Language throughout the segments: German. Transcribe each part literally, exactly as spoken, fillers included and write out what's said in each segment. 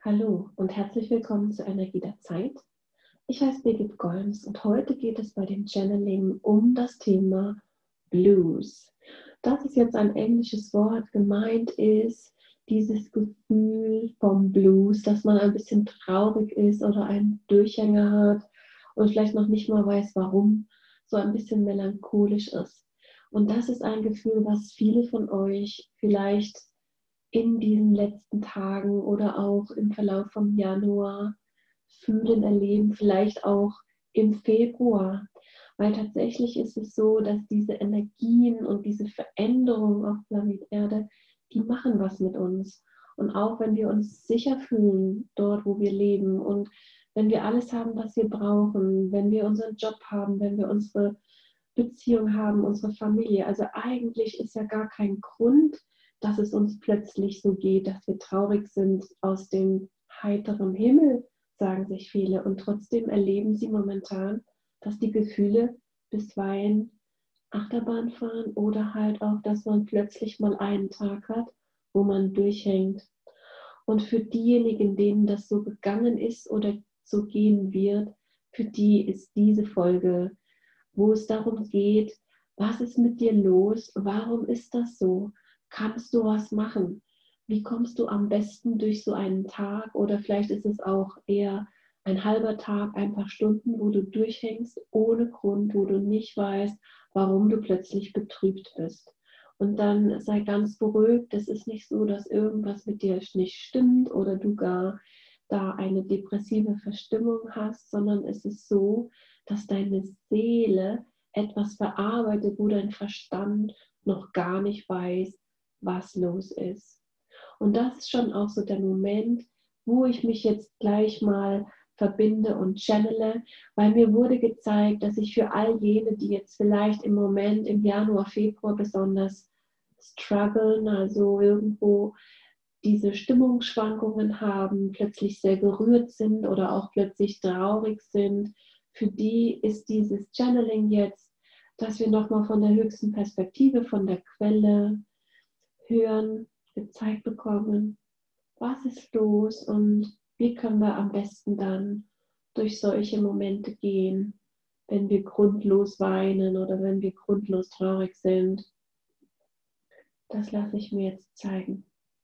Hallo und herzlich willkommen zur Energie der Zeit. Ich heiße Birgit Golms und heute geht es bei dem Channeling um das Thema Blues. Das ist jetzt ein englisches Wort. Gemeint ist dieses Gefühl vom Blues, dass man ein bisschen traurig ist oder einen Durchhänger hat und vielleicht noch nicht mal weiß, warum, so ein bisschen melancholisch ist. Und das ist ein Gefühl, was viele von euch vielleicht in diesen letzten Tagen oder auch im Verlauf vom Januar fühlen, erleben, vielleicht auch im Februar. Weil tatsächlich ist es so, dass diese Energien und diese Veränderungen auf Planet Erde, die machen was mit uns. Und auch wenn wir uns sicher fühlen, dort wo wir leben und wenn wir alles haben, was wir brauchen, wenn wir unseren Job haben, wenn wir unsere Beziehung haben, unsere Familie. Also eigentlich ist ja gar kein Grund, dass es uns plötzlich so geht, dass wir traurig sind aus dem heiteren Himmel, sagen sich viele. Und trotzdem erleben sie momentan, dass die Gefühle bisweilen Achterbahn fahren oder halt auch, dass man plötzlich mal einen Tag hat, wo man durchhängt. Und für diejenigen, denen das so gegangen ist oder so gehen wird, für die ist diese Folge, wo es darum geht, was ist mit dir los? Warum ist das so? Kannst du was machen? Wie kommst du am besten durch so einen Tag? Oder vielleicht ist es auch eher ein halber Tag, ein paar Stunden, wo du durchhängst, ohne Grund, wo du nicht weißt, warum du plötzlich betrübt bist. Und dann sei ganz beruhigt, es ist nicht so, dass irgendwas mit dir nicht stimmt oder du gar da eine depressive Verstimmung hast, sondern es ist so, dass deine Seele etwas verarbeitet, wo dein Verstand noch gar nicht weiß, was los ist. Und das ist schon auch so der Moment, wo ich mich jetzt gleich mal verbinde und channele, weil mir wurde gezeigt, dass ich für all jene, die jetzt vielleicht im Moment im Januar, Februar besonders strugglen, also irgendwo diese Stimmungsschwankungen haben, plötzlich sehr gerührt sind oder auch plötzlich traurig sind, für die ist dieses Channeling jetzt, dass wir nochmal von der höchsten Perspektive, von der Quelle hören, gezeigt bekommen, was ist los und wie können wir am besten dann durch solche Momente gehen, wenn wir grundlos weinen oder wenn wir grundlos traurig sind. Das lasse ich mir jetzt zeigen.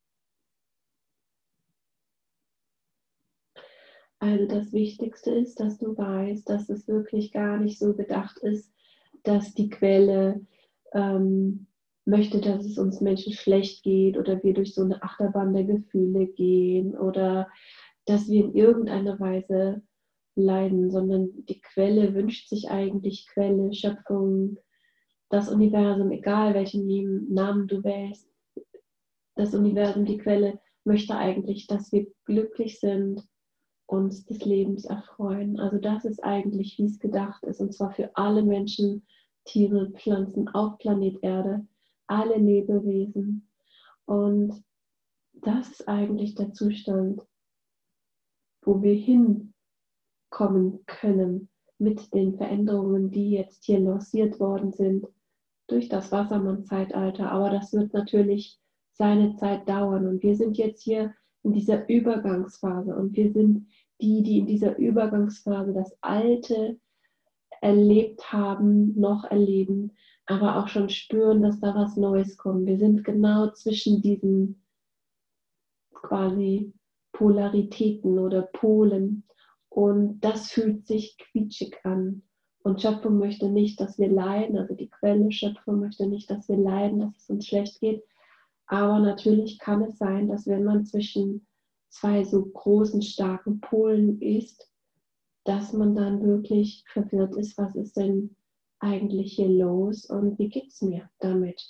Also das Wichtigste ist, dass du weißt, dass es wirklich gar nicht so gedacht ist, dass die Quelle ähm, möchte, dass es uns Menschen schlecht geht oder wir durch so eine Achterbahn der Gefühle gehen oder dass wir in irgendeiner Weise leiden, sondern die Quelle wünscht sich eigentlich Quelle, Schöpfung, das Universum, egal welchen Namen du wählst, das Universum, die Quelle möchte eigentlich, dass wir glücklich sind, uns des Lebens erfreuen. Also das ist eigentlich, wie es gedacht ist, und zwar für alle Menschen, Tiere, Pflanzen auf Planet Erde, alle Lebewesen. Und das ist eigentlich der Zustand, wo wir hinkommen können mit den Veränderungen, die jetzt hier lanciert worden sind durch das Wassermann-Zeitalter. Aber das wird natürlich seine Zeit dauern. Und wir sind jetzt hier in dieser Übergangsphase und wir sind die, die in dieser Übergangsphase das Alte erlebt haben, noch erleben, aber auch schon spüren, dass da was Neues kommt. Wir sind genau zwischen diesen quasi Polaritäten oder Polen und das fühlt sich quietschig an. Und Schöpfung möchte nicht, dass wir leiden, also die Quelle Schöpfung möchte nicht, dass wir leiden, dass es uns schlecht geht. Aber natürlich kann es sein, dass wenn man zwischen zwei so großen, starken Polen ist, dass man dann wirklich verwirrt ist, was ist denn eigentlich hier los und wie geht es mir damit?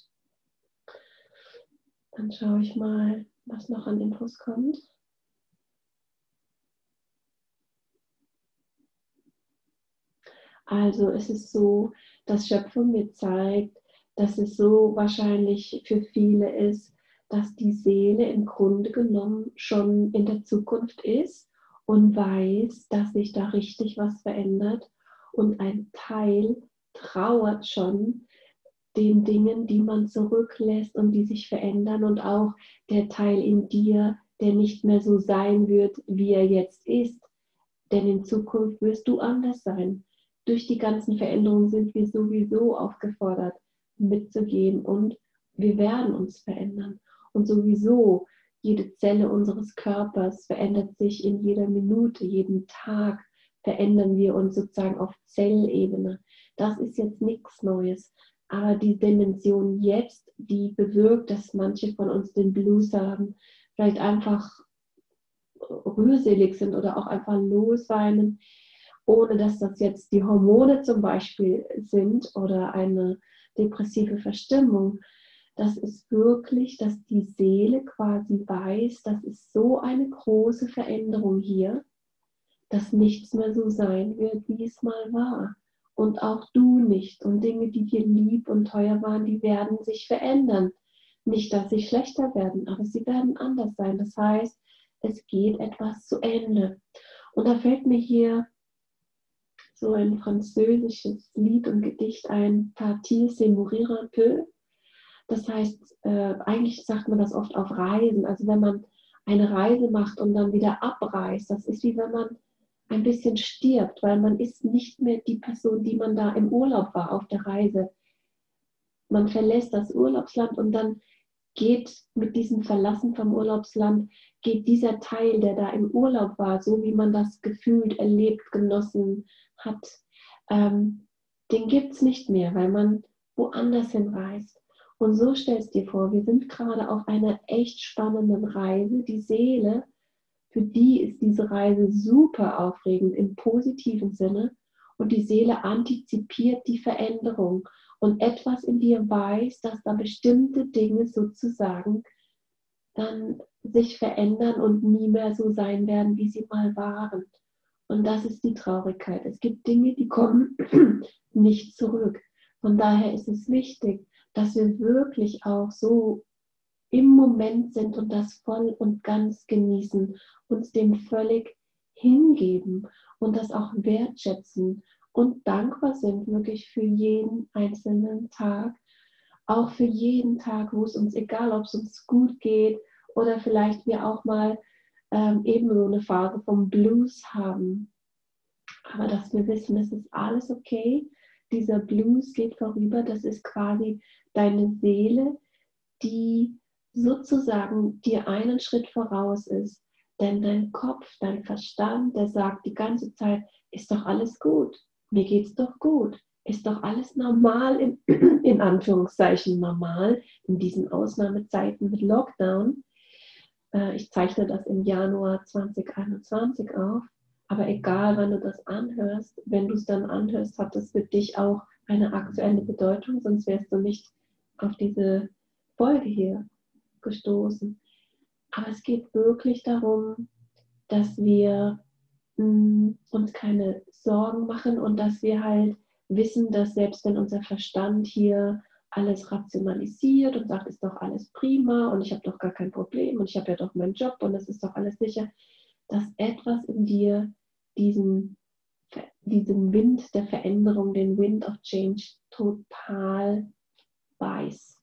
Dann schaue ich mal, was noch an Infos kommt. Also es ist so, dass Schöpfung mir zeigt, dass es so wahrscheinlich für viele ist, dass die Seele im Grunde genommen schon in der Zukunft ist und weiß, dass sich da richtig was verändert und ein Teil trauert schon den Dingen, die man zurücklässt und die sich verändern und auch der Teil in dir, der nicht mehr so sein wird, wie er jetzt ist. Denn in Zukunft wirst du anders sein. Durch die ganzen Veränderungen sind wir sowieso aufgefordert, mitzugehen und wir werden uns verändern. Und sowieso, jede Zelle unseres Körpers verändert sich in jeder Minute, jeden Tag verändern wir uns sozusagen auf Zellebene. Das ist jetzt nichts Neues. Aber die Dimension jetzt, die bewirkt, dass manche von uns den Blues haben, vielleicht einfach rührselig sind oder auch einfach losweinen, ohne dass das jetzt die Hormone zum Beispiel sind oder eine depressive Verstimmung. Das ist wirklich, dass die Seele quasi weiß, das ist so eine große Veränderung hier, dass nichts mehr so sein wird, wie es mal war. Und auch du nicht. Und Dinge, die dir lieb und teuer waren, die werden sich verändern. Nicht, dass sie schlechter werden, aber sie werden anders sein. Das heißt, es geht etwas zu Ende. Und da fällt mir hier so ein französisches Lied und Gedicht ein, Partir, c'est mourir un peu. Das heißt, äh, eigentlich sagt man das oft auf Reisen. Also wenn man eine Reise macht und dann wieder abreist, das ist wie wenn man ein bisschen stirbt, weil man ist nicht mehr die Person, die man da im Urlaub war, auf der Reise. Man verlässt das Urlaubsland und dann geht mit diesem Verlassen vom Urlaubsland, geht dieser Teil, der da im Urlaub war, so wie man das gefühlt, erlebt, genossen hat, ähm, den gibt es nicht mehr, weil man woanders hinreist. Und so stellst du dir vor, wir sind gerade auf einer echt spannenden Reise. Die Seele, für die ist diese Reise super aufregend im positiven Sinne und die Seele antizipiert die Veränderung und etwas in dir weiß, dass da bestimmte Dinge sozusagen dann sich verändern und nie mehr so sein werden, wie sie mal waren. Und das ist die Traurigkeit. Es gibt Dinge, die kommen nicht zurück. Von daher ist es wichtig, dass wir wirklich auch so im Moment sind und das voll und ganz genießen, uns dem völlig hingeben und das auch wertschätzen und dankbar sind wirklich für jeden einzelnen Tag, auch für jeden Tag, wo es uns, egal ob es uns gut geht oder vielleicht wir auch mal ähm, eben so eine Phase vom Blues haben, aber dass wir wissen, es ist alles okay, dieser Blues geht vorüber, das ist quasi deine Seele, die sozusagen dir einen Schritt voraus ist. Denn dein Kopf, dein Verstand, der sagt die ganze Zeit, ist doch alles gut, mir geht's doch gut, ist doch alles normal, in, in Anführungszeichen normal, in diesen Ausnahmezeiten mit Lockdown. Äh, ich zeichne das im Januar zwanzig einundzwanzig auf, aber egal, wann du das anhörst, wenn du es dann anhörst, hat das für dich auch eine aktuelle Bedeutung, sonst wärst du nicht auf diese Folge hier gestoßen. Aber es geht wirklich darum, dass wir mh, uns keine Sorgen machen und dass wir halt wissen, dass selbst wenn unser Verstand hier alles rationalisiert und sagt, ist doch alles prima und ich habe doch gar kein Problem und ich habe ja doch meinen Job und es ist doch alles sicher, dass etwas in dir diesen, diesen Wind der Veränderung, den Wind of Change total weiß.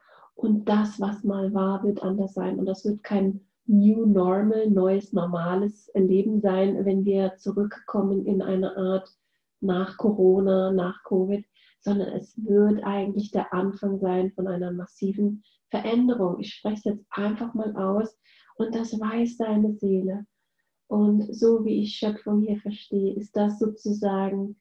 Und das, was mal war, wird anders sein. Und das wird kein New Normal, neues, normales Leben sein, wenn wir zurückkommen in eine Art nach Corona, nach Covid, sondern es wird eigentlich der Anfang sein von einer massiven Veränderung. Ich spreche es jetzt einfach mal aus und das weiß deine Seele. Und so wie ich Schöpfung hier verstehe, ist das sozusagen,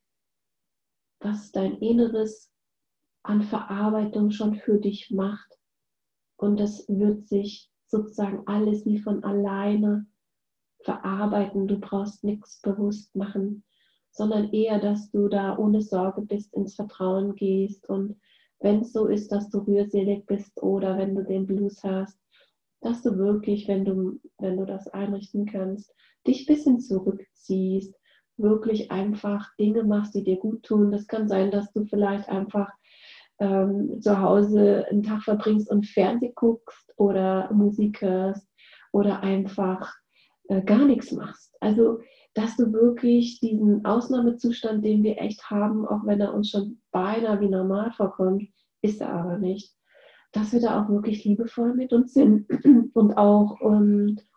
was dein Inneres an Verarbeitung schon für dich macht. Und das wird sich sozusagen alles wie von alleine verarbeiten. Du brauchst nichts bewusst machen, sondern eher, dass du da ohne Sorge bist, ins Vertrauen gehst. Und wenn es so ist, dass du rührselig bist oder wenn du den Blues hast, dass du wirklich, wenn du, wenn du das einrichten kannst, dich ein bisschen zurückziehst, wirklich einfach Dinge machst, die dir gut tun. Das kann sein, dass du vielleicht einfach ähm, zu Hause einen Tag verbringst und Fernsehen guckst oder Musik hörst oder einfach äh, gar nichts machst. Also, dass du wirklich diesen Ausnahmezustand, den wir echt haben, auch wenn er uns schon beinahe wie normal vorkommt, ist er aber nicht, dass wir da auch wirklich liebevoll mit uns sind und auch um,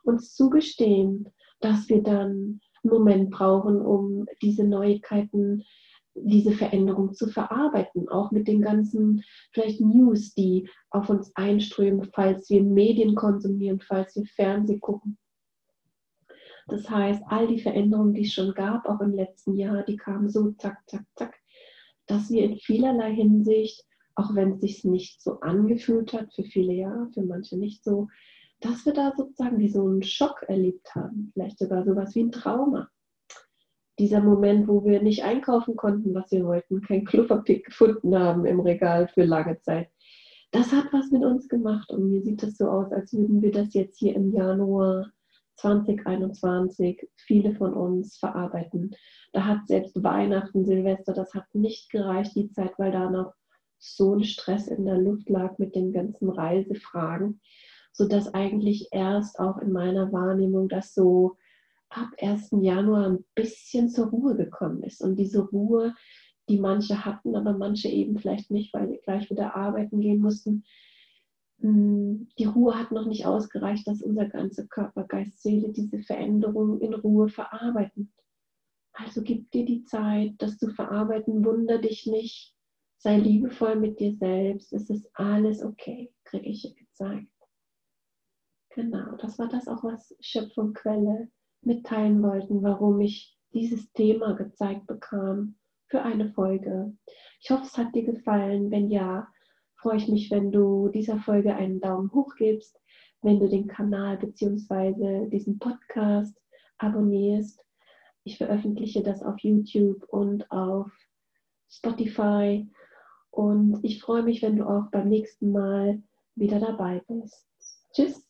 uns zugestehen, dass wir dann einen Moment brauchen, um diese Neuigkeiten, diese Veränderung zu verarbeiten, auch mit den ganzen vielleicht News, die auf uns einströmen, falls wir Medien konsumieren, falls wir Fernsehen gucken. Das heißt, all die Veränderungen, die es schon gab, auch im letzten Jahr, die kamen so zack, zack, zack, dass wir in vielerlei Hinsicht, auch wenn es sich nicht so angefühlt hat, für viele ja, für manche nicht so, dass wir da sozusagen wie so einen Schock erlebt haben, vielleicht sogar sowas wie ein Trauma. Dieser Moment, wo wir nicht einkaufen konnten, was wir wollten, kein Klopapier gefunden haben im Regal für lange Zeit. Das hat was mit uns gemacht und mir sieht es so aus, als würden wir das jetzt hier im Januar zwanzig einundzwanzig viele von uns verarbeiten. Da hat selbst Weihnachten, Silvester, das hat nicht gereicht, die Zeit, weil da noch so ein Stress in der Luft lag mit den ganzen Reisefragen, sodass eigentlich erst auch in meiner Wahrnehmung das so ab ersten Januar ein bisschen zur Ruhe gekommen ist. Und diese Ruhe, die manche hatten, aber manche eben vielleicht nicht, weil sie gleich wieder arbeiten gehen mussten, die Ruhe hat noch nicht ausgereicht, dass unser ganzer Körper, Geist, Seele diese Veränderung in Ruhe verarbeiten. Also gib dir die Zeit, das zu verarbeiten, wunder dich nicht, sei liebevoll mit dir selbst, es ist alles okay, kriege ich gezeigt. Genau, das war das auch, was Schöpfung Quelle mitteilen wollten, warum ich dieses Thema gezeigt bekam für eine Folge. Ich hoffe, es hat dir gefallen. Wenn ja, freue ich mich, wenn du dieser Folge einen Daumen hoch gibst, wenn du den Kanal bzw. diesen Podcast abonnierst. Ich veröffentliche das auf YouTube und auf Spotify und ich freue mich, wenn du auch beim nächsten Mal wieder dabei bist. Tschüss!